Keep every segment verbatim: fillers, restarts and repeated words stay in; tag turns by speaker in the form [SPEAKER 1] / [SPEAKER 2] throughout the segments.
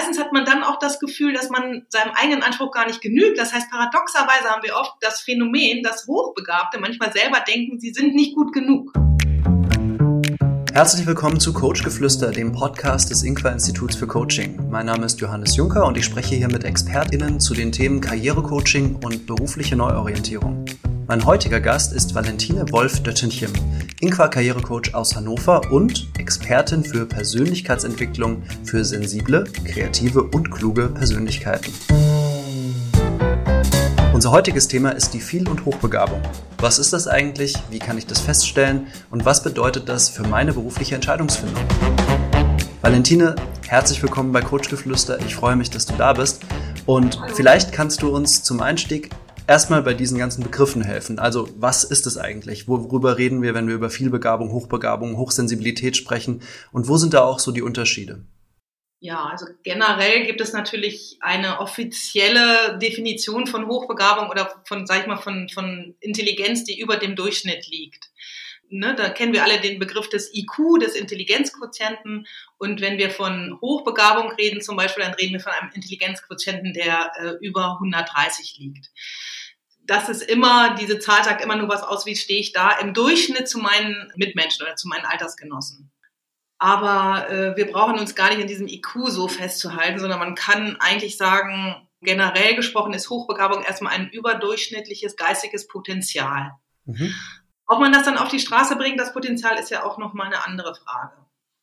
[SPEAKER 1] meistens hat man dann auch das Gefühl, dass man seinem eigenen Anspruch gar nicht genügt. Das heißt, paradoxerweise haben wir oft das Phänomen, dass Hochbegabte manchmal selber denken, sie sind nicht gut genug.
[SPEAKER 2] Herzlich willkommen zu Coachgeflüster, dem Podcast des Ingwer Instituts für Coaching. Mein Name ist Johannes Juncker und ich spreche hier mit ExpertInnen zu den Themen Karrierecoaching und berufliche Neuorientierung. Mein heutiger Gast ist Valentine Wolf-Döttinchem, Ingwer-Karrierecoach aus Hannover und Expertin für Persönlichkeitsentwicklung für sensible, kreative und kluge Persönlichkeiten. Unser heutiges Thema ist die Viel- und Hochbegabung. Was ist das eigentlich? Wie kann ich das feststellen? Und was bedeutet das für meine berufliche Entscheidungsfindung? Valentine, herzlich willkommen bei Coachgeflüster. Ich freue mich, dass du da bist. Und vielleicht kannst du uns zum Einstieg erstmal bei diesen ganzen Begriffen helfen. Also, was ist es eigentlich? Worüber reden wir, wenn wir über Vielbegabung, Hochbegabung, Hochsensibilität sprechen? Und wo sind da auch so die Unterschiede?
[SPEAKER 1] Ja, also generell gibt es natürlich eine offizielle Definition von Hochbegabung oder von, sag ich mal, von, von Intelligenz, die über dem Durchschnitt liegt. Ne, da kennen wir alle den Begriff des I Q, des Intelligenzquotienten. Und wenn wir von Hochbegabung reden zum Beispiel, dann reden wir von einem Intelligenzquotienten, der äh, über hundertdreißig liegt. Das ist immer, diese Zahl sagt immer nur was aus, wie stehe ich da im Durchschnitt zu meinen Mitmenschen oder zu meinen Altersgenossen. Aber äh, wir brauchen uns gar nicht in diesem I Q so festzuhalten, sondern man kann eigentlich sagen, generell gesprochen ist Hochbegabung erstmal ein überdurchschnittliches geistiges Potenzial. Mhm. Ob man das dann auf die Straße bringt, das Potenzial ist ja auch nochmal eine andere Frage.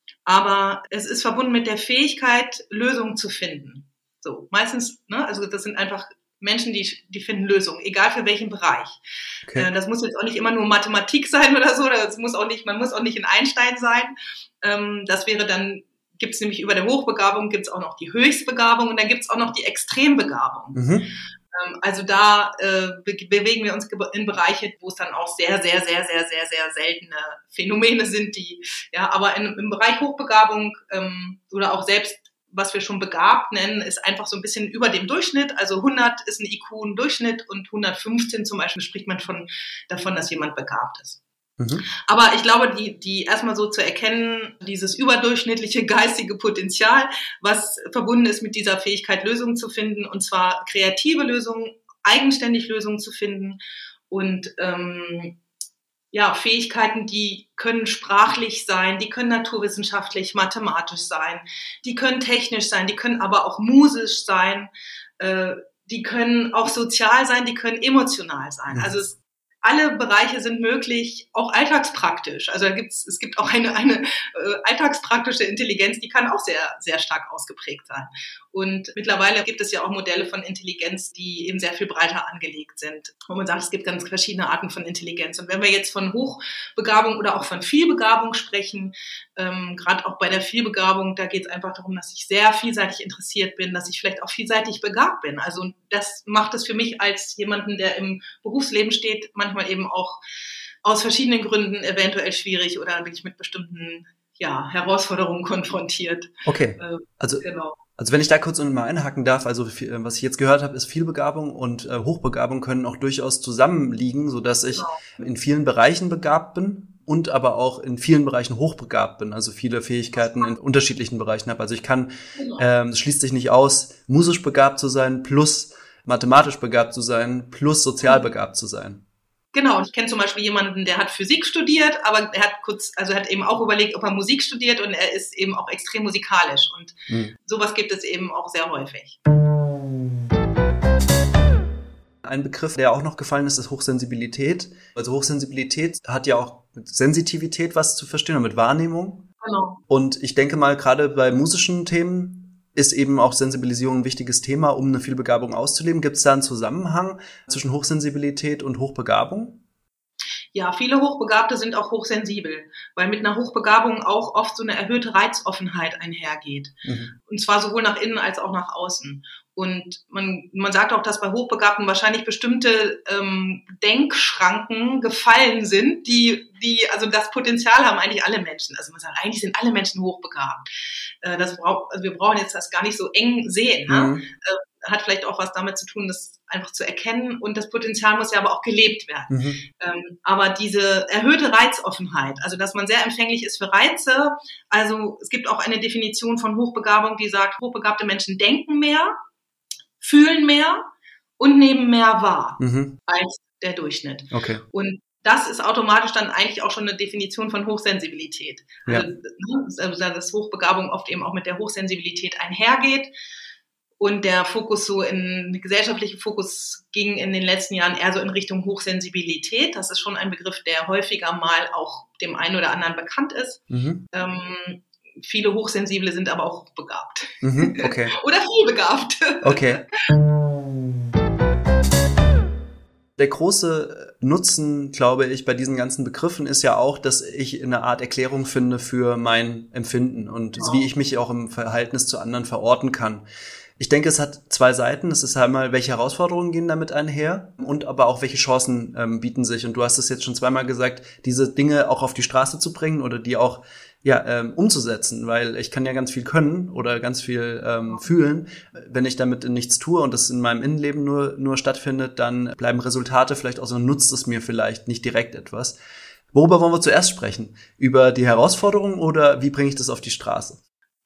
[SPEAKER 1] Aber es ist verbunden mit der Fähigkeit, Lösungen zu finden. So, meistens, ne, also das sind einfach Menschen, die, die finden Lösungen, egal für welchen Bereich. Okay. Äh, das muss jetzt auch nicht immer nur Mathematik sein oder so, das muss auch nicht, man muss auch nicht in Einstein sein. Ähm, das wäre dann, gibt es nämlich über der Hochbegabung, gibt es auch noch die Höchstbegabung und dann gibt es auch noch die Extrembegabung. Mhm. Also da äh, be- bewegen wir uns in Bereiche, wo es dann auch sehr, sehr, sehr, sehr, sehr, sehr seltene Phänomene sind, die, ja, aber in, im Bereich Hochbegabung ähm, oder auch selbst, was wir schon begabt nennen, ist einfach so ein bisschen über dem Durchschnitt. Also hundert ist ein I Q ein Durchschnitt und hundertfünfzehn zum Beispiel spricht man von davon, dass jemand begabt ist. Mhm. Aber ich glaube, die, die erstmal so zu erkennen, dieses überdurchschnittliche geistige Potenzial, was verbunden ist mit dieser Fähigkeit, Lösungen zu finden, und zwar kreative Lösungen, eigenständig Lösungen zu finden und ähm, ja, Fähigkeiten, die können sprachlich sein, die können naturwissenschaftlich, mathematisch sein, die können technisch sein, die können aber auch musisch sein, äh, die können auch sozial sein, die können emotional sein. Mhm. Also es Alle Bereiche sind möglich, auch alltagspraktisch. Also da gibt's, es gibt auch eine, eine äh, alltagspraktische Intelligenz, die kann auch sehr, sehr stark ausgeprägt sein. Und mittlerweile gibt es ja auch Modelle von Intelligenz, die eben sehr viel breiter angelegt sind. Wo man sagt, es gibt ganz verschiedene Arten von Intelligenz. Und wenn wir jetzt von Hochbegabung oder auch von Vielbegabung sprechen, ähm, gerade auch bei der Vielbegabung, da geht es einfach darum, dass ich sehr vielseitig interessiert bin, dass ich vielleicht auch vielseitig begabt bin. Also das macht es für mich als jemanden, der im Berufsleben steht, manchmal eben auch aus verschiedenen Gründen eventuell schwierig oder bin ich mit bestimmten ja, Herausforderungen konfrontiert.
[SPEAKER 2] Okay,
[SPEAKER 1] äh,
[SPEAKER 2] also,
[SPEAKER 1] genau.
[SPEAKER 2] also wenn ich da kurz mal einhaken darf, also was ich jetzt gehört habe, ist Vielbegabung und äh, Hochbegabung können auch durchaus zusammenliegen, sodass ich genau. in vielen Bereichen begabt bin und aber auch in vielen Bereichen hochbegabt bin, also viele Fähigkeiten in unterschiedlichen Bereichen habe. Also ich kann, genau. ähm, es schließt sich nicht aus, musisch begabt zu sein plus mathematisch begabt zu sein plus sozial begabt zu sein.
[SPEAKER 1] Genau, ich kenne zum Beispiel jemanden, der hat Physik studiert, aber er hat kurz, also er hat eben auch überlegt, ob er Musik studiert und er ist eben auch extrem musikalisch und mhm. sowas gibt es eben auch sehr häufig.
[SPEAKER 2] Ein Begriff, der auch noch gefallen ist, ist Hochsensibilität. Also Hochsensibilität hat ja auch mit Sensitivität was zu verstehen und mit Wahrnehmung. Genau. Und ich denke mal, gerade bei musischen Themen ist eben auch Sensibilisierung ein wichtiges Thema, um eine Vielbegabung auszuleben. Gibt es da einen Zusammenhang zwischen Hochsensibilität und Hochbegabung?
[SPEAKER 1] Ja, viele Hochbegabte sind auch hochsensibel, weil mit einer Hochbegabung auch oft so eine erhöhte Reizoffenheit einhergeht. Mhm. Und zwar sowohl nach innen als auch nach außen. Und man, man sagt auch, dass bei Hochbegabten wahrscheinlich bestimmte ähm, Denkschranken gefallen sind, die, die, also das Potenzial haben eigentlich alle Menschen. Also man sagt, eigentlich sind alle Menschen hochbegabt. Äh, das braucht, also wir brauchen jetzt das gar nicht so eng sehen. Ne? Mhm. Äh, hat vielleicht auch was damit zu tun, das einfach zu erkennen. Und das Potenzial muss ja aber auch gelebt werden. Mhm. Ähm, aber diese erhöhte Reizoffenheit, also dass man sehr empfänglich ist für Reize, also es gibt auch eine Definition von Hochbegabung, die sagt, hochbegabte Menschen denken mehr, fühlen mehr und nehmen mehr wahr mhm. als der Durchschnitt.
[SPEAKER 2] Okay.
[SPEAKER 1] Und das ist automatisch dann eigentlich auch schon eine Definition von Hochsensibilität. Ja. Also, dass Hochbegabung oft eben auch mit der Hochsensibilität einhergeht. Und der Fokus so in, der gesellschaftliche Fokus ging in den letzten Jahren eher so in Richtung Hochsensibilität. Das ist schon ein Begriff, der häufiger mal auch dem einen oder anderen bekannt ist. Mhm. Ähm, viele Hochsensible sind aber auch hochbegabt.
[SPEAKER 2] Mhm, okay.
[SPEAKER 1] Oder vielbegabt.
[SPEAKER 2] Okay. Der große Nutzen, glaube ich, bei diesen ganzen Begriffen ist ja auch, dass ich eine Art Erklärung finde für mein Empfinden und ja. wie ich mich auch im Verhältnis zu anderen verorten kann. Ich denke, es hat zwei Seiten. Es ist einmal, welche Herausforderungen gehen damit einher und aber auch, welche Chancen ähm, bieten sich. Und du hast es jetzt schon zweimal gesagt, diese Dinge auch auf die Straße zu bringen oder die auch ja ähm, umzusetzen, weil ich kann ja ganz viel können oder ganz viel ähm, fühlen. Wenn ich damit nichts tue und das in meinem Innenleben nur nur stattfindet, dann bleiben Resultate vielleicht auch so, nutzt es mir vielleicht nicht direkt etwas. Worüber wollen wir zuerst sprechen? Über die Herausforderungen oder wie bringe ich das auf die Straße?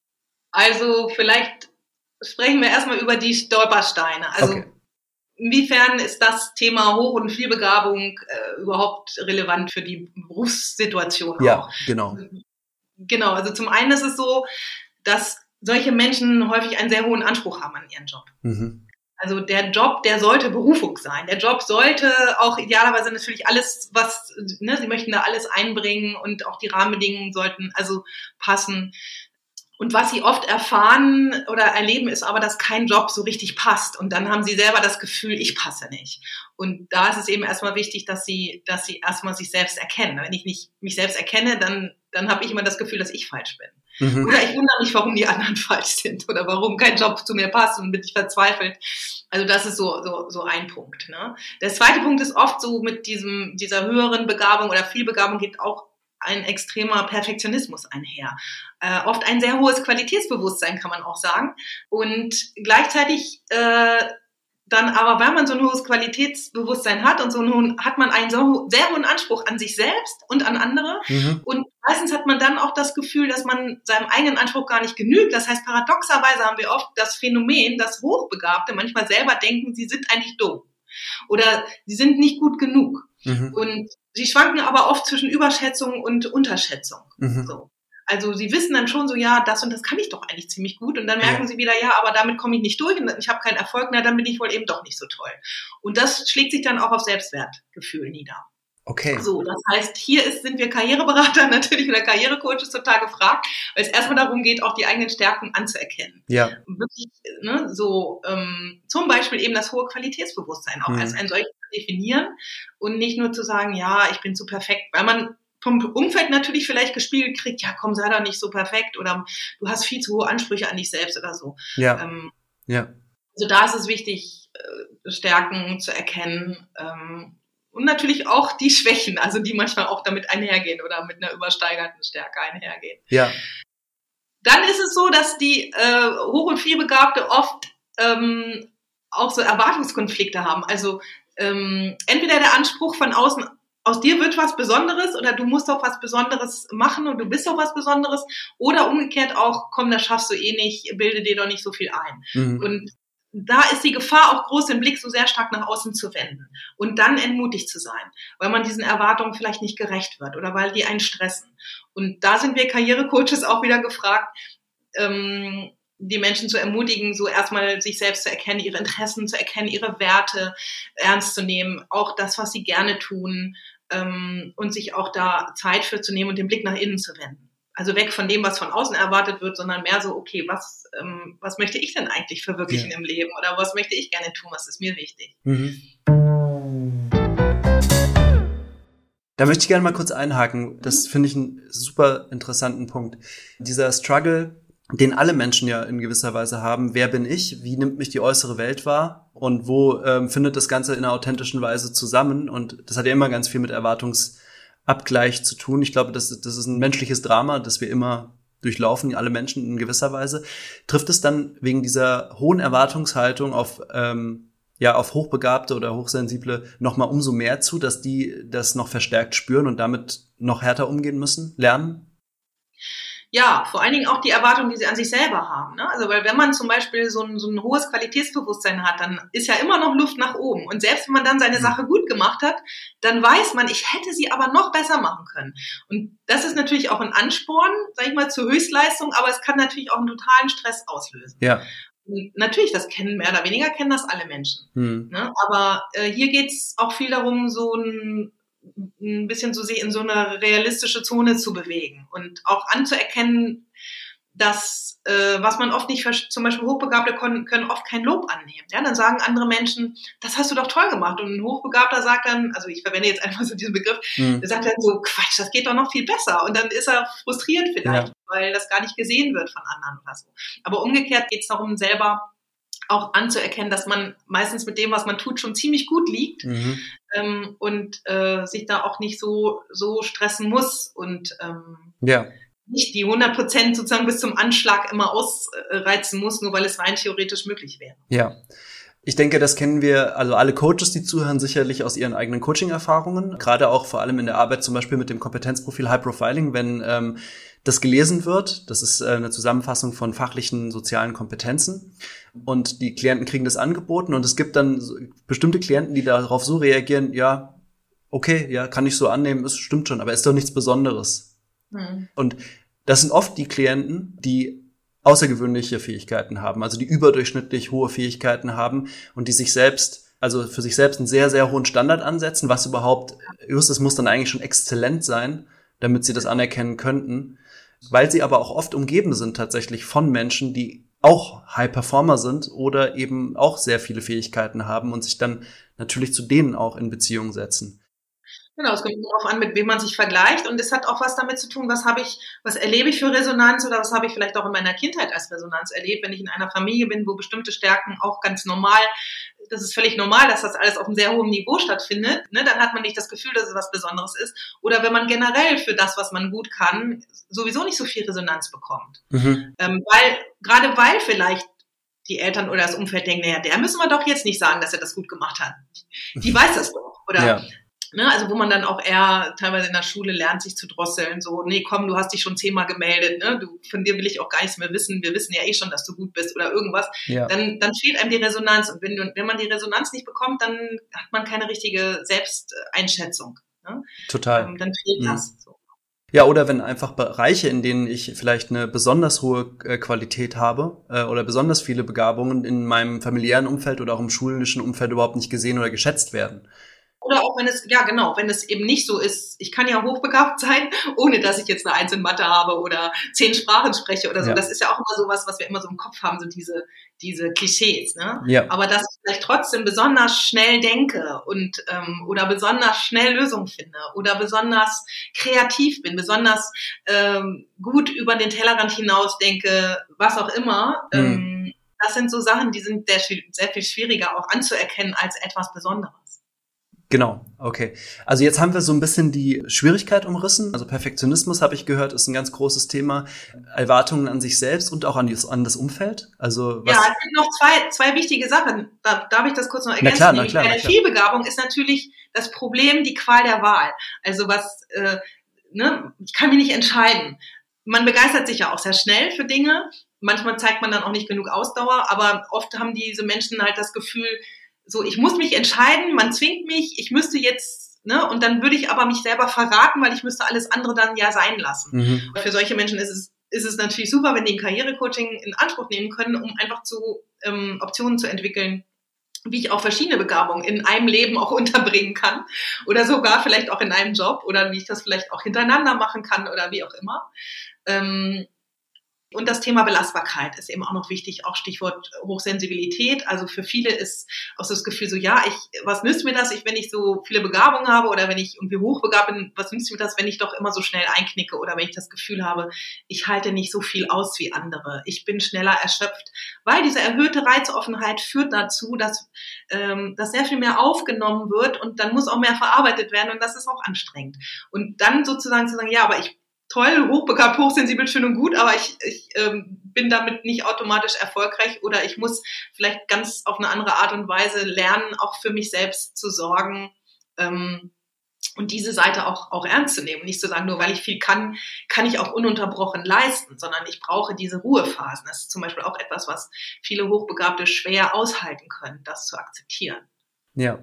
[SPEAKER 1] Also vielleicht sprechen wir erstmal über die Stolpersteine. Also okay. Inwiefern ist das Thema Hoch- und Vielbegabung äh, überhaupt relevant für die Berufssituation
[SPEAKER 2] ja,
[SPEAKER 1] auch?
[SPEAKER 2] Ja, genau.
[SPEAKER 1] Genau, also zum einen ist es so, dass solche Menschen häufig einen sehr hohen Anspruch haben an ihren Job. Mhm. Also der Job, der sollte Berufung sein. Der Job sollte auch idealerweise natürlich alles, was, ne, sie möchten da alles einbringen und auch die Rahmenbedingungen sollten also passen. Und was sie oft erfahren oder erleben, ist aber, dass kein Job so richtig passt. Und dann haben sie selber das Gefühl, ich passe nicht. Und da ist es eben erstmal wichtig, dass sie, dass sie erstmal sich selbst erkennen. Wenn ich nicht mich selbst erkenne, dann, dann habe ich immer das Gefühl, dass ich falsch bin. Mhm. Oder ich wundere mich, warum die anderen falsch sind oder warum kein Job zu mir passt und bin ich verzweifelt. Also das ist so, so, so ein Punkt, ne? Der zweite Punkt ist oft so mit diesem, dieser höheren Begabung oder Vielbegabung geht auch ein extremer Perfektionismus einher. Äh, oft ein sehr hohes Qualitätsbewusstsein, kann man auch sagen. Und gleichzeitig äh, dann aber, wenn man so ein hohes Qualitätsbewusstsein hat und so einen hohen, hat man einen so sehr hohen Anspruch an sich selbst und an andere. Mhm. Und meistens hat man dann auch das Gefühl, dass man seinem eigenen Anspruch gar nicht genügt. Das heißt, paradoxerweise haben wir oft das Phänomen, dass Hochbegabte manchmal selber denken, sie sind eigentlich dumm. Oder sie sind nicht gut genug. Mhm. Und sie schwanken aber oft zwischen Überschätzung und Unterschätzung. Mhm. So. Also sie wissen dann schon so, ja, das und das kann ich doch eigentlich ziemlich gut. Und dann merken ja. sie wieder, ja, aber damit komme ich nicht durch und ich habe keinen Erfolg, na, dann bin ich wohl eben doch nicht so toll. Und das schlägt sich dann auch auf Selbstwertgefühl nieder.
[SPEAKER 2] Okay.
[SPEAKER 1] So, das heißt, hier ist, sind wir Karriereberater natürlich oder Karrierecoaches total gefragt, weil es erstmal darum geht, auch die eigenen Stärken anzuerkennen.
[SPEAKER 2] Ja.
[SPEAKER 1] Wirklich, ne, so ähm, zum Beispiel eben das hohe Qualitätsbewusstsein auch mhm. als ein solches zu definieren und nicht nur zu sagen, ja, ich bin zu perfekt, weil man vom Umfeld natürlich vielleicht gespiegelt kriegt, ja, komm, sei doch nicht so perfekt oder du hast viel zu hohe Ansprüche an dich selbst oder so.
[SPEAKER 2] Ja.
[SPEAKER 1] Ähm,
[SPEAKER 2] ja.
[SPEAKER 1] Also da ist es wichtig, äh, Stärken zu erkennen, ähm, und natürlich auch die Schwächen, also die manchmal auch damit einhergehen oder mit einer übersteigerten Stärke einhergehen.
[SPEAKER 2] Ja.
[SPEAKER 1] Dann ist es so, dass die äh, Hoch- und Vielbegabte oft ähm, auch so Erwartungskonflikte haben. Also ähm, entweder der Anspruch von außen, aus dir wird was Besonderes oder du musst doch was Besonderes machen und du bist doch was Besonderes. Oder umgekehrt auch, komm, das schaffst du eh nicht, bilde dir doch nicht so viel ein. Mhm. Und da ist die Gefahr auch groß, den Blick so sehr stark nach außen zu wenden und dann entmutigt zu sein, weil man diesen Erwartungen vielleicht nicht gerecht wird oder weil die einen stressen. Und da sind wir Karrierecoaches auch wieder gefragt, ähm, die Menschen zu ermutigen, so erstmal sich selbst zu erkennen, ihre Interessen zu erkennen, ihre Werte ernst zu nehmen, auch das, was sie gerne tun, ähm, und sich auch da Zeit für zu nehmen und den Blick nach innen zu wenden. Also weg von dem, was von außen erwartet wird, sondern mehr so, okay, was, ähm, was möchte ich denn eigentlich verwirklichen ja. im Leben? Oder was möchte ich gerne tun? Was ist mir wichtig?
[SPEAKER 2] Mhm. Da möchte ich gerne mal kurz einhaken. Das finde ich einen super interessanten Punkt. Dieser Struggle, den alle Menschen ja in gewisser Weise haben. Wer bin ich? Wie nimmt mich die äußere Welt wahr? Und wo ähm, findet das Ganze in einer authentischen Weise zusammen? Und das hat ja immer ganz viel mit Erwartungs Abgleich zu tun. Ich glaube, das, das ist ein menschliches Drama, das wir immer durchlaufen alle Menschen in gewisser Weise. Trifft es dann wegen dieser hohen Erwartungshaltung auf ähm, ja auf Hochbegabte oder Hochsensible nochmal umso mehr zu, dass die das noch verstärkt spüren und damit noch härter umgehen müssen, lernen?
[SPEAKER 1] Ja, vor allen Dingen auch die Erwartungen, die sie an sich selber haben. Ne? Also, weil wenn man zum Beispiel so ein, so ein hohes Qualitätsbewusstsein hat, dann ist ja immer noch Luft nach oben. Und selbst wenn man dann seine Sache gut gemacht hat, dann weiß man, ich hätte sie aber noch besser machen können. Und das ist natürlich auch ein Ansporn, sag ich mal, zur Höchstleistung, aber es kann natürlich auch einen totalen Stress auslösen.
[SPEAKER 2] Ja.
[SPEAKER 1] Und natürlich, das kennen mehr oder weniger, kennen das alle Menschen. Hm. Ne? Aber äh, hier geht's auch viel darum, so ein ein bisschen so in so eine realistische Zone zu bewegen und auch anzuerkennen, dass, äh, was man oft nicht, zum Beispiel Hochbegabte können, können oft kein Lob annehmen. Ja, dann sagen andere Menschen, das hast du doch toll gemacht. Und ein Hochbegabter sagt dann, also ich verwende jetzt einfach so diesen Begriff, mhm. der sagt dann so, Quatsch, das geht doch noch viel besser. Und dann ist er frustriert vielleicht, ja. weil das gar nicht gesehen wird von anderen oder so. Aber umgekehrt geht es darum, selber auch anzuerkennen, dass man meistens mit dem, was man tut, schon ziemlich gut liegt mhm. ähm, und äh, sich da auch nicht so so stressen muss und ähm, ja. nicht die hundert Prozent sozusagen bis zum Anschlag immer ausreizen muss, nur weil es rein theoretisch möglich wäre.
[SPEAKER 2] Ja. Ich denke, das kennen wir, also alle Coaches, die zuhören, sicherlich aus ihren eigenen Coaching-Erfahrungen, gerade auch vor allem in der Arbeit zum Beispiel mit dem Kompetenzprofil High Profiling, wenn ähm, das gelesen wird. Das ist äh, eine Zusammenfassung von fachlichen sozialen Kompetenzen und die Klienten kriegen das angeboten und es gibt dann so bestimmte Klienten, die darauf so reagieren, ja, okay, ja, kann ich so annehmen, es stimmt schon, aber ist doch nichts Besonderes. Hm. Und das sind oft die Klienten, die außergewöhnliche Fähigkeiten haben, also die überdurchschnittlich hohe Fähigkeiten haben und die sich selbst, also für sich selbst einen sehr, sehr hohen Standard ansetzen, was überhaupt, just, es muss dann eigentlich schon exzellent sein, damit sie das anerkennen könnten, weil sie aber auch oft umgeben sind tatsächlich von Menschen, die auch High-Performer sind oder eben auch sehr viele Fähigkeiten haben und sich dann natürlich zu denen auch in Beziehung setzen.
[SPEAKER 1] Genau, es kommt darauf an, mit wem man sich vergleicht und es hat auch was damit zu tun, was habe ich, was erlebe ich für Resonanz oder was habe ich vielleicht auch in meiner Kindheit als Resonanz erlebt, wenn ich in einer Familie bin, wo bestimmte Stärken auch ganz normal, das ist völlig normal, dass das alles auf einem sehr hohen Niveau stattfindet, ne, dann hat man nicht das Gefühl, dass es was Besonderes ist oder wenn man generell für das, was man gut kann, sowieso nicht so viel Resonanz bekommt. Mhm. Ähm, weil, gerade weil vielleicht die Eltern oder das Umfeld denken, naja, der müssen wir doch jetzt nicht sagen, dass er das gut gemacht hat. Die weiß das doch, oder? Ja. Ne, also wo man dann auch eher teilweise in der Schule lernt, sich zu drosseln, so, nee, komm, du hast dich schon zehnmal gemeldet, ne, du, von dir will ich auch gar nichts mehr wissen, wir wissen ja eh schon, dass du gut bist oder irgendwas, ja. dann, dann fehlt einem die Resonanz und wenn, wenn man die Resonanz nicht bekommt, dann hat man keine richtige Selbsteinschätzung. Ne?
[SPEAKER 2] Total.
[SPEAKER 1] Ähm, dann fehlt mhm. das. So.
[SPEAKER 2] Ja, oder wenn einfach Bereiche, in denen ich vielleicht eine besonders hohe äh, Qualität habe äh, oder besonders viele Begabungen in meinem familiären Umfeld oder auch im schulischen Umfeld überhaupt nicht gesehen oder geschätzt werden.
[SPEAKER 1] Oder auch wenn es, ja genau, wenn es eben nicht so ist, ich kann ja hochbegabt sein, ohne dass ich jetzt eine Eins in Mathe habe oder zehn Sprachen spreche oder so. Ja. Das ist ja auch immer sowas, was wir immer so im Kopf haben, so diese, diese Klischees, ne? Ja. Aber dass ich vielleicht trotzdem besonders schnell denke und, ähm, oder besonders schnell Lösungen finde oder besonders kreativ bin, besonders, ähm, gut über den Tellerrand hinaus denke, was auch immer, mhm. ähm, das sind so Sachen, die sind sehr, sehr viel schwieriger auch anzuerkennen als etwas Besonderes.
[SPEAKER 2] Genau, okay. Also jetzt haben wir so ein bisschen die Schwierigkeit umrissen. Also Perfektionismus, habe ich gehört, ist ein ganz großes Thema. Erwartungen an sich selbst und auch an, die, an das Umfeld. Also was?
[SPEAKER 1] Ja, es gibt noch zwei, zwei wichtige Sachen. Da, darf ich das kurz noch ergänzen?
[SPEAKER 2] Na klar, na klar,
[SPEAKER 1] Bei
[SPEAKER 2] der
[SPEAKER 1] Vielbegabung ist natürlich das Problem die Qual der Wahl. Also was, äh, ne, ich kann mich nicht entscheiden. Man begeistert sich ja auch sehr schnell für Dinge. Manchmal zeigt man dann auch nicht genug Ausdauer, aber oft haben diese Menschen halt das Gefühl, so, ich muss mich entscheiden, man zwingt mich, ich müsste jetzt, ne, und dann würde ich aber mich selber verraten, weil ich müsste alles andere dann ja sein lassen. Mhm. Für solche Menschen ist es, ist es natürlich super, wenn die ein Karrierecoaching in Anspruch nehmen können, um einfach zu ähm, Optionen zu entwickeln, wie ich auch verschiedene Begabungen in einem Leben auch unterbringen kann oder sogar vielleicht auch in einem Job oder wie ich das vielleicht auch hintereinander machen kann oder wie auch immer. Ähm, Und das Thema Belastbarkeit ist eben auch noch wichtig, auch Stichwort Hochsensibilität. Also für viele ist auch so das Gefühl so, ja, ich, was nützt mir das, ich, wenn ich so viele Begabungen habe oder wenn ich irgendwie hochbegabt bin, was nützt mir das, wenn ich doch immer so schnell einknicke oder wenn ich das Gefühl habe, ich halte nicht so viel aus wie andere, ich bin schneller erschöpft. Weil diese erhöhte Reizoffenheit führt dazu, dass, ähm, dass sehr viel mehr aufgenommen wird und dann muss auch mehr verarbeitet werden und das ist auch anstrengend. Und dann sozusagen zu sagen, ja, aber ich toll, hochbegabt, hochsensibel, schön und gut, aber ich, ich ähm, bin damit nicht automatisch erfolgreich oder ich muss vielleicht ganz auf eine andere Art und Weise lernen, auch für mich selbst zu sorgen ähm, und diese Seite auch, auch ernst zu nehmen. Nicht zu sagen, nur weil ich viel kann, kann ich auch ununterbrochen leisten, sondern ich brauche diese Ruhephasen. Das ist zum Beispiel auch etwas, was viele Hochbegabte schwer aushalten können, das zu akzeptieren.
[SPEAKER 2] Ja.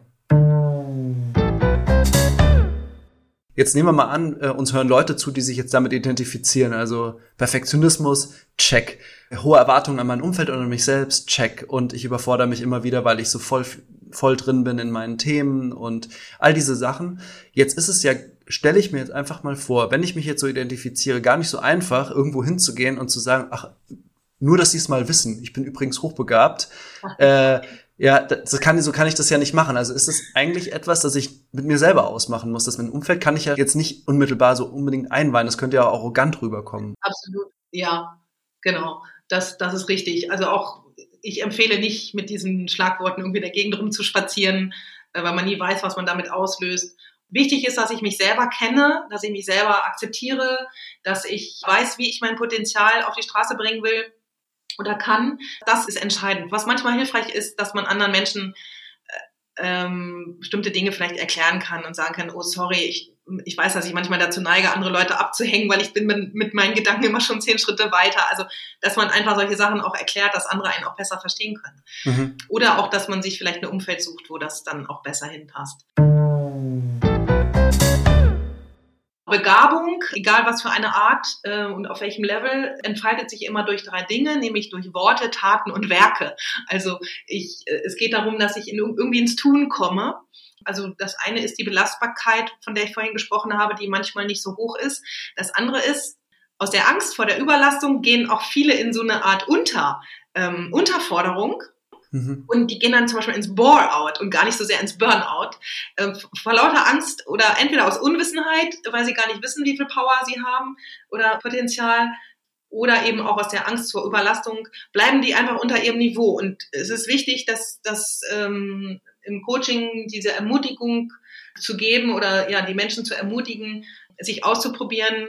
[SPEAKER 2] Jetzt nehmen wir mal an, äh, uns hören Leute zu, die sich jetzt damit identifizieren. Also Perfektionismus, check. Hohe Erwartungen an mein Umfeld und an mich selbst, check. Und ich überfordere mich immer wieder, weil ich so voll, voll drin bin in meinen Themen und all diese Sachen. Jetzt ist es ja, stelle ich mir jetzt einfach mal vor, wenn ich mich jetzt so identifiziere, gar nicht so einfach, irgendwo hinzugehen und zu sagen, ach, nur, dass sie es mal wissen. Ich bin übrigens hochbegabt. Äh, Ja, das kann, so kann ich das ja nicht machen. Also ist es eigentlich etwas, das ich mit mir selber ausmachen muss. Das mit dem Umfeld kann ich ja jetzt nicht unmittelbar so unbedingt einweihen. Das könnte ja auch arrogant rüberkommen.
[SPEAKER 1] Absolut, ja, genau. Das, das ist richtig. Also auch, ich empfehle nicht, mit diesen Schlagworten irgendwie in der Gegend rumzuspazieren, weil man nie weiß, was man damit auslöst. Wichtig ist, dass ich mich selber kenne, dass ich mich selber akzeptiere, dass ich weiß, wie ich mein Potenzial auf die Straße bringen will oder kann. Das ist entscheidend. Was manchmal hilfreich ist, dass man anderen Menschen ähm, bestimmte Dinge vielleicht erklären kann und sagen kann, oh sorry, ich, ich weiß, dass ich manchmal dazu neige, andere Leute abzuhängen, weil ich bin mit meinen Gedanken immer schon zehn Schritte weiter. Also, dass man einfach solche Sachen auch erklärt, dass andere einen auch besser verstehen können. Mhm. Oder auch, dass man sich vielleicht ein Umfeld sucht, wo das dann auch besser hinpasst. Begabung, egal was für eine Art äh, und auf welchem Level, entfaltet sich immer durch drei Dinge, nämlich durch Worte, Taten und Werke. Also ich, äh, es geht darum, dass ich in, irgendwie ins Tun komme. Also das eine ist die Belastbarkeit, von der ich vorhin gesprochen habe, die manchmal nicht so hoch ist. Das andere ist, aus der Angst vor der Überlastung gehen auch viele in so eine Art Unter, ähm, Unterforderung. Mhm. Und die gehen dann zum Beispiel ins Bore-out und gar nicht so sehr ins Burnout. Äh, vor lauter Angst oder entweder aus Unwissenheit, weil sie gar nicht wissen, wie viel Power sie haben oder Potenzial, oder eben auch aus der Angst vor Überlastung, bleiben die einfach unter ihrem Niveau. Und es ist wichtig, dass, dass ähm, im Coaching diese Ermutigung zu geben oder ja die Menschen zu ermutigen, sich auszuprobieren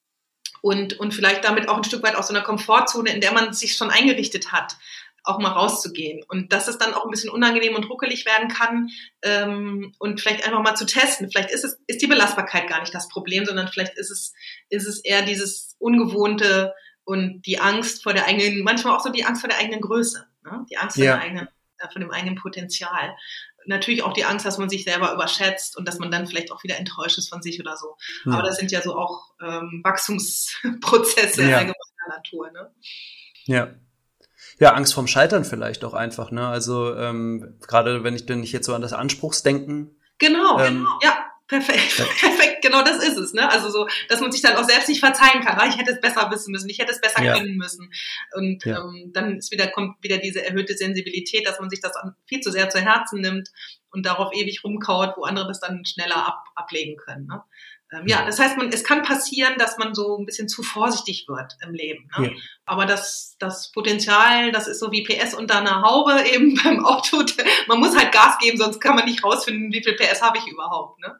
[SPEAKER 1] und, und vielleicht damit auch ein Stück weit aus so einer Komfortzone, in der man sich schon eingerichtet hat, auch mal rauszugehen. Und dass es dann auch ein bisschen unangenehm und ruckelig werden kann ähm, und vielleicht einfach mal zu testen. Vielleicht ist es ist die Belastbarkeit gar nicht das Problem, sondern vielleicht ist es ist es eher dieses Ungewohnte und die Angst vor der eigenen, manchmal auch so die Angst vor der eigenen Größe, ne? Die Angst vor, ja. der eigenen, äh, vor dem eigenen Potenzial. Natürlich auch die Angst, dass man sich selber überschätzt und dass man dann vielleicht auch wieder enttäuscht ist von sich oder so. Ja. Aber das sind ja so auch ähm, Wachstumsprozesse ja. allgemeiner Natur. Ne?
[SPEAKER 2] Ja. Ja, Angst vorm Scheitern vielleicht auch einfach, ne? Also ähm, gerade wenn ich denn nicht jetzt so an das Anspruchsdenken.
[SPEAKER 1] Genau, ähm, genau. Ja, perfekt, ja. perfekt, genau das ist es, ne? Also so, dass man sich dann auch selbst nicht verzeihen kann. Ah, ich hätte es besser wissen müssen, ich hätte es besser ja. können müssen. Und ja. ähm, dann ist wieder kommt wieder diese erhöhte Sensibilität, dass man sich das viel zu sehr zu Herzen nimmt und darauf ewig rumkaut, wo andere das dann schneller ab, ablegen können, ne? Ja, das heißt, man, es kann passieren, dass man so ein bisschen zu vorsichtig wird im Leben. Ne? Ja. Aber das, das Potenzial, das ist so wie P S unter einer Haube eben beim Auto. Man muss halt Gas geben, sonst kann man nicht rausfinden, wie viel P S habe ich überhaupt. Ne?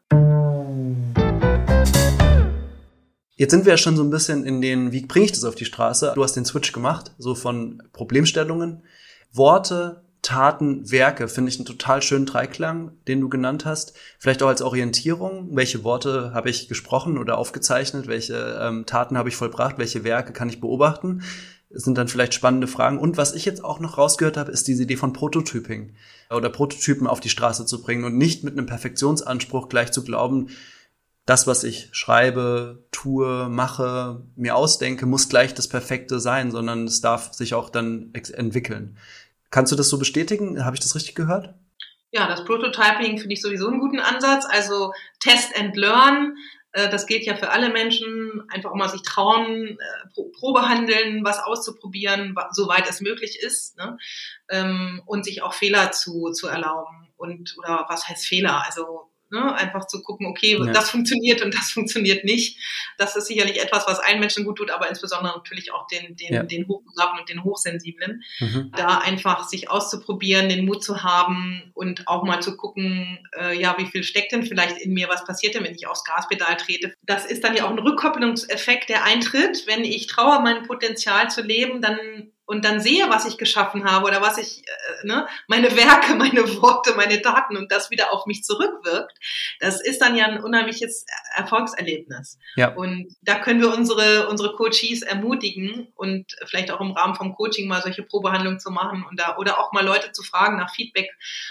[SPEAKER 2] Jetzt sind wir ja schon so ein bisschen in den, wie bringe ich das auf die Straße? Du hast den Switch gemacht, so von Problemstellungen, Worte, Taten, Werke, finde ich einen total schönen Dreiklang, den du genannt hast. Vielleicht auch als Orientierung. Welche Worte habe ich gesprochen oder aufgezeichnet? Welche ähm, Taten habe ich vollbracht? Welche Werke kann ich beobachten? Das sind dann vielleicht spannende Fragen. Und was ich jetzt auch noch rausgehört habe, ist diese Idee von Prototyping oder Prototypen auf die Straße zu bringen und nicht mit einem Perfektionsanspruch gleich zu glauben, das, was ich schreibe, tue, mache, mir ausdenke, muss gleich das Perfekte sein, sondern es darf sich auch dann ex- entwickeln. Kannst du das so bestätigen? Habe ich das richtig gehört?
[SPEAKER 1] Ja, das Prototyping finde ich sowieso einen guten Ansatz. Also Test and Learn, äh, das gilt ja für alle Menschen. Einfach auch mal sich trauen, äh, Probe handeln, was auszuprobieren, soweit es möglich ist, ne? ähm, und sich auch Fehler zu, zu erlauben. Und oder was heißt Fehler? Also ne, einfach zu gucken, okay,
[SPEAKER 2] Ja.
[SPEAKER 1] das funktioniert und das funktioniert nicht. Das ist sicherlich etwas, was allen Menschen gut tut, aber insbesondere natürlich auch den, den,
[SPEAKER 2] Ja.
[SPEAKER 1] den Hochbegabten und den Hochsensiblen.
[SPEAKER 2] Mhm.
[SPEAKER 1] Da einfach sich auszuprobieren, den Mut zu haben und auch mal zu gucken, äh, ja, wie viel steckt denn vielleicht in mir, was passiert denn, wenn ich aufs Gaspedal trete. Das ist dann ja auch ein Rückkopplungseffekt, der eintritt. Wenn ich traue, mein Potenzial zu leben, dann und dann sehe, was ich geschaffen habe oder was ich, äh, ne, meine Werke, meine Worte, meine Taten und das wieder auf mich zurückwirkt, das ist dann ja ein unheimliches Erfolgserlebnis.
[SPEAKER 2] Ja.
[SPEAKER 1] Und da können wir unsere unsere Coaches ermutigen und vielleicht auch im Rahmen vom Coaching mal solche Probehandlungen zu machen und da oder auch mal Leute zu fragen nach Feedback,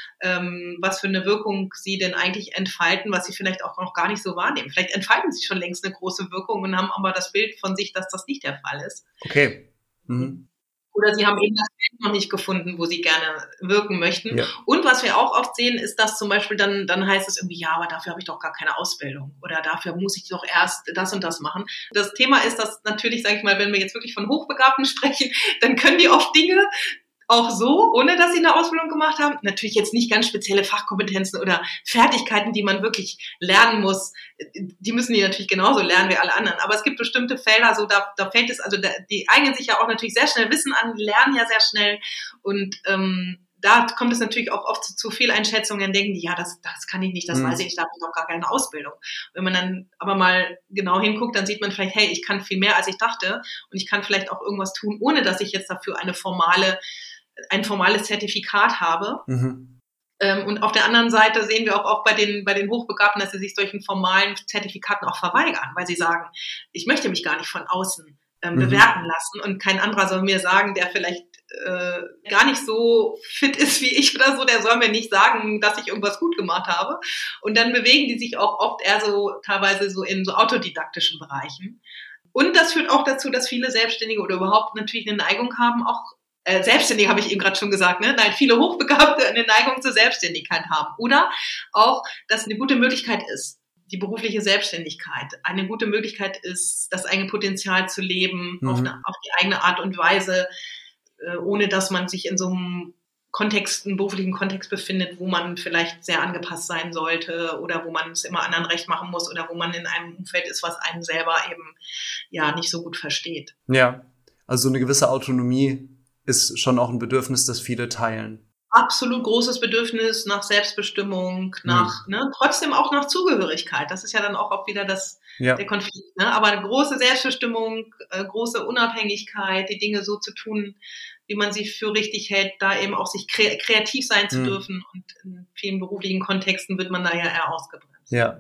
[SPEAKER 1] ähm, was für eine Wirkung sie denn eigentlich entfalten, was sie vielleicht auch noch gar nicht so wahrnehmen. Vielleicht entfalten sie schon längst eine große Wirkung und haben aber das Bild von sich, dass das nicht der Fall ist.
[SPEAKER 2] Okay. Mhm.
[SPEAKER 1] Oder sie haben eben das Bild noch nicht gefunden, wo sie gerne wirken möchten.
[SPEAKER 2] Ja.
[SPEAKER 1] Und was wir auch oft sehen, ist, dass zum Beispiel dann, dann heißt es irgendwie, ja, aber dafür habe ich doch gar keine Ausbildung. Oder dafür muss ich doch erst das und das machen. Das Thema ist, dass natürlich, sage ich mal, wenn wir jetzt wirklich von Hochbegabten sprechen, dann können die oft Dinge auch so, ohne dass sie eine Ausbildung gemacht haben. Natürlich jetzt nicht ganz spezielle Fachkompetenzen oder Fertigkeiten, die man wirklich lernen muss. Die müssen die natürlich genauso lernen wie alle anderen. Aber es gibt bestimmte Felder, so da, da fällt es, also da, die eignen sich ja auch natürlich sehr schnell Wissen an, lernen ja sehr schnell und ähm, da kommt es natürlich auch oft zu, zu Fehleinschätzungen, denken die, ja, das, das kann ich nicht, das mhm. weiß ich, ich habe doch gar keine Ausbildung. Wenn man dann aber mal genau hinguckt, dann sieht man vielleicht, hey, ich kann viel mehr, als ich dachte und ich kann vielleicht auch irgendwas tun, ohne dass ich jetzt dafür eine formale ein formales Zertifikat habe. Mhm. Ähm, und auf der anderen Seite sehen wir auch oft bei den, bei den Hochbegabten, dass sie sich solchen formalen Zertifikaten auch verweigern, weil sie sagen, ich möchte mich gar nicht von außen ähm, mhm. bewerten lassen und kein anderer soll mir sagen, der vielleicht äh, gar nicht so fit ist wie ich oder so, der soll mir nicht sagen, dass ich irgendwas gut gemacht habe. Und dann bewegen die sich auch oft eher so teilweise so in so autodidaktischen Bereichen. Und das führt auch dazu, dass viele Selbstständige oder überhaupt natürlich eine Neigung haben, auch Äh, Selbstständige habe ich eben gerade schon gesagt, ne? Nein, viele Hochbegabte eine Neigung zur Selbstständigkeit haben. Oder auch, dass eine gute Möglichkeit ist, die berufliche Selbstständigkeit, eine gute Möglichkeit ist, das eigene Potenzial zu leben, mhm. auf, eine, auf die eigene Art und Weise, äh, ohne dass man sich in so einem Kontext, einen beruflichen Kontext befindet, wo man vielleicht sehr angepasst sein sollte oder wo man es immer anderen recht machen muss oder wo man in einem Umfeld ist, was einen selber eben ja nicht so gut versteht.
[SPEAKER 2] Ja, also eine gewisse Autonomie ist schon auch ein Bedürfnis, das viele teilen.
[SPEAKER 1] Absolut großes Bedürfnis nach Selbstbestimmung, nach, mhm. ne, trotzdem auch nach Zugehörigkeit. Das ist ja dann auch oft wieder das, ja. der Konflikt, ne? Aber eine große Selbstbestimmung, äh, große Unabhängigkeit, die Dinge so zu tun, wie man sie für richtig hält, da eben auch sich kre- kreativ sein zu mhm. dürfen. Und in vielen beruflichen Kontexten wird man da ja eher ausgebremst.
[SPEAKER 2] Ja.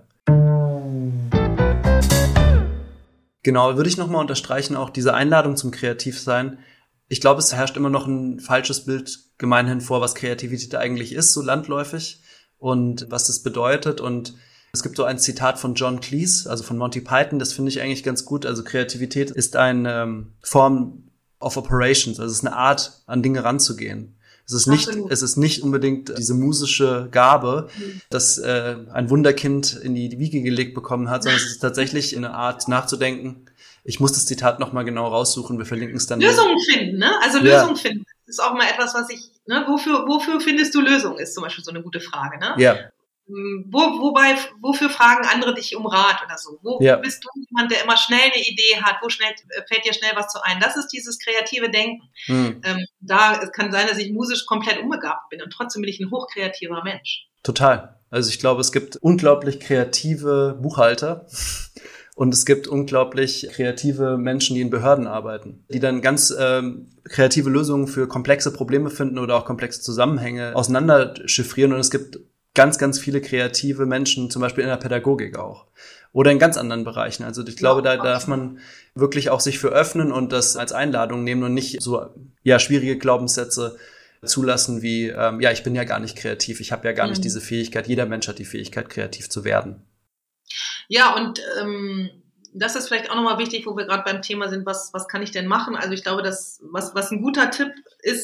[SPEAKER 2] Genau, würde ich nochmal unterstreichen, auch diese Einladung zum Kreativsein. Ich glaube, es herrscht immer noch ein falsches Bild gemeinhin vor, was Kreativität eigentlich ist, so landläufig und was das bedeutet. Und es gibt so ein Zitat von John Cleese, also von Monty Python, das finde ich eigentlich ganz gut. Also Kreativität ist eine ähm, Form of Operations, also es ist eine Art, an Dinge ranzugehen. Es ist nicht, Absolut. es ist nicht unbedingt diese musische Gabe, mhm. dass äh, ein Wunderkind in die Wiege gelegt bekommen hat, sondern es ist tatsächlich eine Art nachzudenken. Ich muss das Zitat nochmal genau raussuchen, wir verlinken es dann.
[SPEAKER 1] Lösungen finden, ne? Also Lösungen ja. finden. Das ist auch mal etwas, was ich, ne, wofür, wofür findest du Lösungen, ist zum Beispiel so eine gute Frage, ne?
[SPEAKER 2] Ja.
[SPEAKER 1] Wo, wobei, wofür fragen andere dich um Rat oder so? Wo ja. bist du jemand, der immer schnell eine Idee hat? Wo schnell, fällt dir schnell was zu ein? Das ist dieses kreative Denken. Hm. Ähm, da, es kann sein, dass ich musisch komplett unbegabt bin und trotzdem bin ich ein hochkreativer Mensch.
[SPEAKER 2] Total. Also ich glaube, es gibt unglaublich kreative Buchhalter. Und es gibt unglaublich kreative Menschen, die in Behörden arbeiten, die dann ganz ähm, kreative Lösungen für komplexe Probleme finden oder auch komplexe Zusammenhänge auseinanderchiffrieren. Und es gibt ganz, ganz viele kreative Menschen, zum Beispiel in der Pädagogik auch oder in ganz anderen Bereichen. Also ich glaube, da darf man wirklich auch sich für öffnen und das als Einladung nehmen und nicht so ja schwierige Glaubenssätze zulassen wie, ähm, ja, ich bin ja gar nicht kreativ, ich habe ja gar mhm. nicht diese Fähigkeit. Jeder Mensch hat die Fähigkeit, kreativ zu werden.
[SPEAKER 1] Ja, und ähm, das ist vielleicht auch nochmal wichtig, wo wir gerade beim Thema sind, was was kann ich denn machen? Also ich glaube, dass was was ein guter Tipp ist,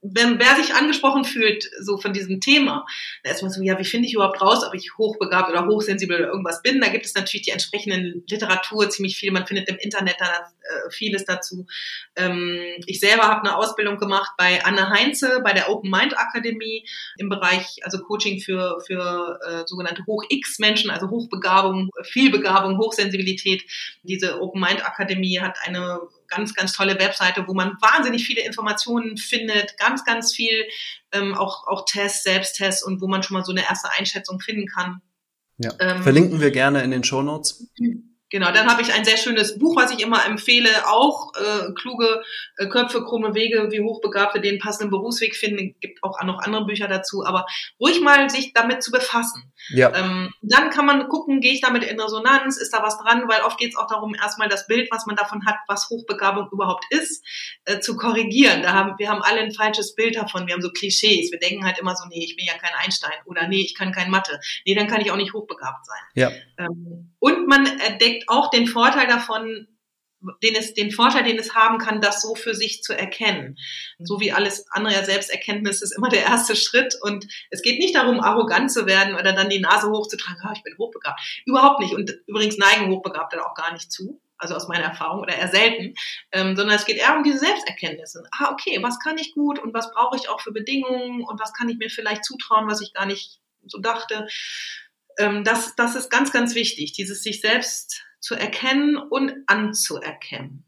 [SPEAKER 1] wenn wer sich angesprochen fühlt, so von diesem Thema, da ist man so, ja, wie finde ich überhaupt raus, ob ich hochbegabt oder hochsensibel oder irgendwas bin? Da gibt es natürlich die entsprechenden Literatur, ziemlich viel. Man findet im Internet da äh, vieles dazu. Ähm, ich selber habe eine Ausbildung gemacht bei Anne Heinze, bei der Open Mind Akademie im Bereich, also Coaching für für äh, sogenannte Hoch-X-Menschen, also Hochbegabung, Vielbegabung, Hochsensibilität. Diese Open Mind Akademie hat eine ganz, ganz tolle Webseite, wo man wahnsinnig viele Informationen findet, ganz, ganz viel, ähm, auch, auch Tests, Selbsttests und wo man schon mal so eine erste Einschätzung finden kann.
[SPEAKER 2] Ja. Ähm, verlinken wir gerne in den Shownotes.
[SPEAKER 1] Genau, dann habe ich ein sehr schönes Buch, was ich immer empfehle, auch äh, kluge äh, Köpfe, krumme Wege, wie Hochbegabte den passenden Berufsweg finden. Gibt auch noch andere Bücher dazu, aber ruhig mal sich damit zu befassen.
[SPEAKER 2] Ja.
[SPEAKER 1] Ähm, dann kann man gucken, gehe ich damit in Resonanz, ist da was dran, weil oft geht es auch darum, erstmal das Bild, was man davon hat, was Hochbegabung überhaupt ist, äh, zu korrigieren. Da haben, wir haben alle ein falsches Bild davon, wir haben so Klischees, wir denken halt immer so, nee, ich bin ja kein Einstein oder nee, ich kann kein Mathe, nee, dann kann ich auch nicht hochbegabt sein.
[SPEAKER 2] Ja.
[SPEAKER 1] Ähm, und man entdeckt auch den Vorteil davon, den es, den Vorteil, den es haben kann, das so für sich zu erkennen. So wie alles andere, ja, Selbsterkenntnis ist immer der erste Schritt und es geht nicht darum, arrogant zu werden oder dann die Nase hochzutragen, ah, ich bin hochbegabt. Überhaupt nicht. Und übrigens neigen Hochbegabte auch gar nicht zu, also aus meiner Erfahrung oder eher selten, ähm, sondern es geht eher um diese Selbsterkenntnisse. Ah, okay, was kann ich gut und was brauche ich auch für Bedingungen und was kann ich mir vielleicht zutrauen, was ich gar nicht so dachte. Ähm, das, das ist ganz, ganz wichtig, dieses sich selbst zu erkennen und anzuerkennen.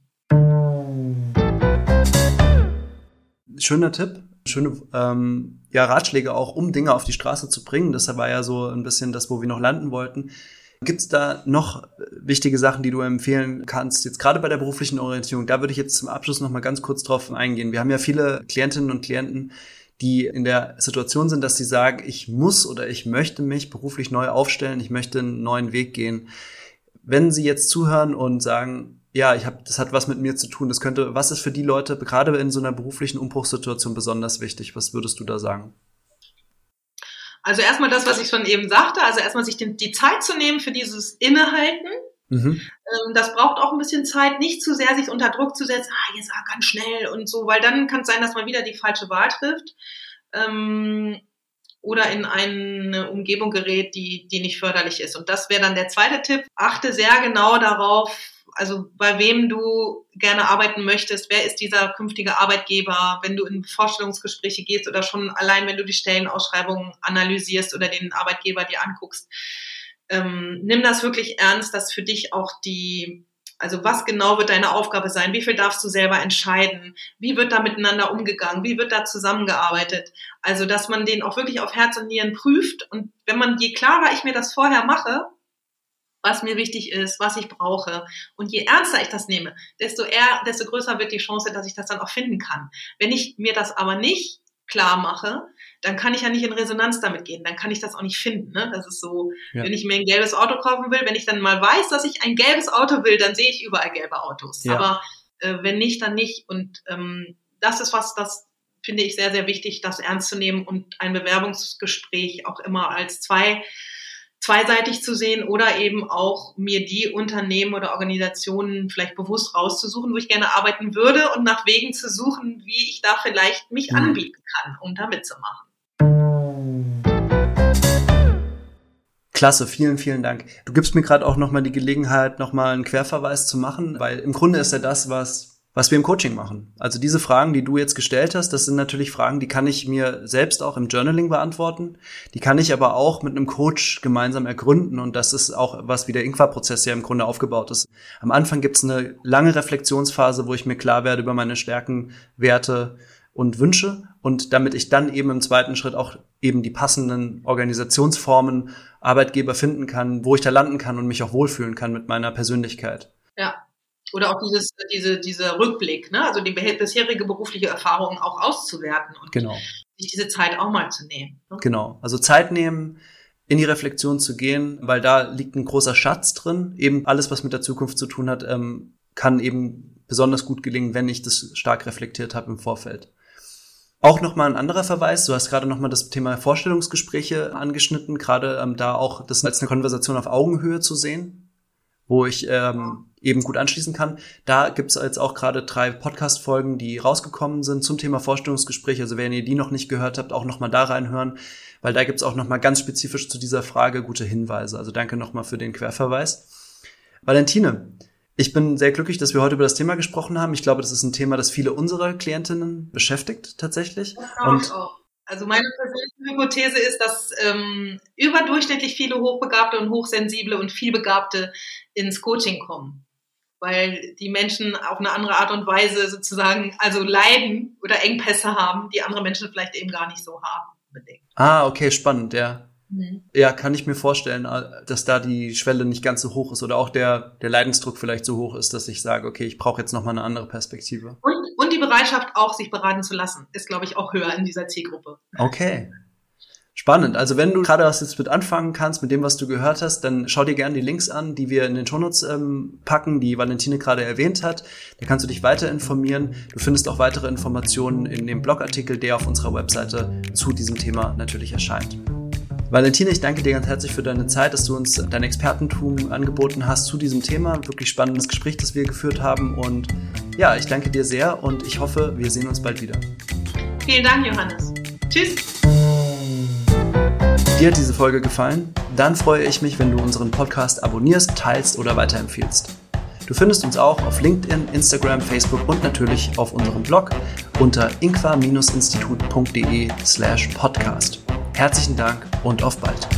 [SPEAKER 2] Schöner Tipp, schöne ähm, ja, Ratschläge auch, um Dinge auf die Straße zu bringen. Das war ja so ein bisschen das, wo wir noch landen wollten. Gibt es da noch wichtige Sachen, die du empfehlen kannst, jetzt gerade bei der beruflichen Orientierung? Da würde ich jetzt zum Abschluss noch mal ganz kurz drauf eingehen. Wir haben ja viele Klientinnen und Klienten, die in der Situation sind, dass sie sagen, ich muss oder ich möchte mich beruflich neu aufstellen, ich möchte einen neuen Weg gehen. Wenn Sie jetzt zuhören und sagen, ja, ich habe, das hat was mit mir zu tun, das könnte, was ist für die Leute gerade in so einer beruflichen Umbruchssituation besonders wichtig? Was würdest du da sagen?
[SPEAKER 1] Also erstmal das, was ich schon eben sagte, also erstmal sich den, die Zeit zu nehmen für dieses Innehalten. Mhm. Ähm, das braucht auch ein bisschen Zeit, nicht zu sehr sich unter Druck zu setzen, ah, jetzt ah, ganz schnell und so, weil dann kann es sein, dass man wieder die falsche Wahl trifft. Ähm, oder in eine Umgebung gerät, die, die nicht förderlich ist. Und das wäre dann der zweite Tipp. Achte sehr genau darauf, also bei wem du gerne arbeiten möchtest, wer ist dieser künftige Arbeitgeber, wenn du in Vorstellungsgespräche gehst oder schon allein, wenn du die Stellenausschreibungen analysierst oder den Arbeitgeber dir anguckst. Ähm, nimm das wirklich ernst, dass für dich auch die, also was genau wird deine Aufgabe sein? Wie viel darfst du selber entscheiden? Wie wird da miteinander umgegangen? Wie wird da zusammengearbeitet? Also, dass man den auch wirklich auf Herz und Nieren prüft. Und wenn man, je klarer ich mir das vorher mache, was mir wichtig ist, was ich brauche, und je ernster ich das nehme, desto eher, desto größer wird die Chance, dass ich das dann auch finden kann. Wenn ich mir das aber nicht klar mache, dann kann ich ja nicht in Resonanz damit gehen, dann kann ich das auch nicht finden. Ne? Das ist so, ja. Wenn ich mir ein gelbes Auto kaufen will, wenn ich dann mal weiß, dass ich ein gelbes Auto will, dann sehe ich überall gelbe Autos. Ja. Aber äh, wenn nicht, dann nicht. Und ähm, das ist was, das finde ich sehr, sehr wichtig, das ernst zu nehmen und ein Bewerbungsgespräch auch immer als zwei zweiseitig zu sehen oder eben auch mir die Unternehmen oder Organisationen vielleicht bewusst rauszusuchen, wo ich gerne arbeiten würde und nach Wegen zu suchen, wie ich da vielleicht mich mhm. anbieten kann, um da mitzumachen.
[SPEAKER 2] Klasse, vielen, vielen Dank. Du gibst mir gerade auch nochmal die Gelegenheit, nochmal einen Querverweis zu machen, weil im Grunde ist ja das, was was wir im Coaching machen. Also diese Fragen, die du jetzt gestellt hast, das sind natürlich Fragen, die kann ich mir selbst auch im Journaling beantworten. Die kann ich aber auch mit einem Coach gemeinsam ergründen. Und das ist auch was, wie der Inqua-Prozess ja im Grunde aufgebaut ist. Am Anfang gibt es eine lange Reflexionsphase, wo ich mir klar werde über meine Stärken, Werte und Wünsche. Und damit ich dann eben im zweiten Schritt auch eben die passenden Organisationsformen, Arbeitgeber finden kann, wo ich da landen kann und mich auch wohlfühlen kann mit meiner Persönlichkeit.
[SPEAKER 1] Ja. Oder auch dieses, diese, dieser Rückblick, ne? Also die bisherige berufliche Erfahrung auch auszuwerten und
[SPEAKER 2] genau.
[SPEAKER 1] sich diese Zeit auch mal zu nehmen. Ne?
[SPEAKER 2] Genau, also Zeit nehmen, in die Reflexion zu gehen, weil da liegt ein großer Schatz drin. Eben alles, was mit der Zukunft zu tun hat, ähm, kann eben besonders gut gelingen, wenn ich das stark reflektiert habe im Vorfeld. Auch nochmal ein anderer Verweis, du hast gerade nochmal das Thema Vorstellungsgespräche angeschnitten, gerade ähm, da auch das als eine Konversation auf Augenhöhe zu sehen. wo ich ähm, eben gut anschließen kann. Da gibt's jetzt auch gerade drei Podcast-Folgen, die rausgekommen sind zum Thema Vorstellungsgespräch. Also wenn ihr die noch nicht gehört habt, auch nochmal da reinhören, weil da gibt's auch nochmal ganz spezifisch zu dieser Frage gute Hinweise. Also danke nochmal für den Querverweis. Valentine, ich bin sehr glücklich, dass wir heute über das Thema gesprochen haben. Ich glaube, das ist ein Thema, das viele unserer Klientinnen beschäftigt tatsächlich.
[SPEAKER 1] Das glaube ich auch. Also meine persönliche Hypothese ist, dass ähm, überdurchschnittlich viele Hochbegabte und Hochsensible und Vielbegabte ins Coaching kommen, weil die Menschen auf eine andere Art und Weise sozusagen also leiden oder Engpässe haben, die andere Menschen vielleicht eben gar nicht so haben. Unbedingt.
[SPEAKER 2] Ah, okay, spannend, ja.
[SPEAKER 1] Mhm.
[SPEAKER 2] Ja, kann ich mir vorstellen, dass da die Schwelle nicht ganz so hoch ist oder auch der, der Leidensdruck vielleicht so hoch ist, dass ich sage, okay, ich brauche jetzt nochmal eine andere Perspektive.
[SPEAKER 1] Und, und die Bereitschaft auch, sich beraten zu lassen, ist, glaube ich, auch höher in dieser Zielgruppe.
[SPEAKER 2] Okay. Spannend. Also wenn du gerade was jetzt mit anfangen kannst, mit dem, was du gehört hast, dann schau dir gerne die Links an, die wir in den Shownotes ähm, packen, die Valentine gerade erwähnt hat. Da kannst du dich weiter informieren. Du findest auch weitere Informationen in dem Blogartikel, der auf unserer Webseite zu diesem Thema natürlich erscheint. Valentine, ich danke dir ganz herzlich für deine Zeit, dass du uns dein Expertentum angeboten hast zu diesem Thema. Wirklich spannendes Gespräch, das wir geführt haben. Und ja, ich danke dir sehr und ich hoffe, wir sehen uns bald wieder.
[SPEAKER 1] Vielen Dank, Johannes. Tschüss.
[SPEAKER 2] Dir hat diese Folge gefallen? Dann freue ich mich, wenn du unseren Podcast abonnierst, teilst oder weiterempfiehlst. Du findest uns auch auf LinkedIn, Instagram, Facebook und natürlich auf unserem Blog unter inqua-institut.de slash podcast. Herzlichen Dank und auf bald.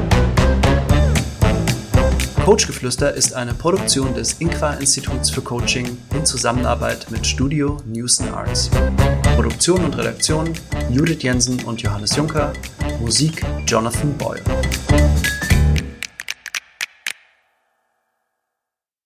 [SPEAKER 2] Coachgeflüster ist eine Produktion des Inqua-Instituts für Coaching in Zusammenarbeit mit Studio News and Arts. Produktion und Redaktion Judith Jensen und Johannes Juncker. Musik Jonathan Boyle.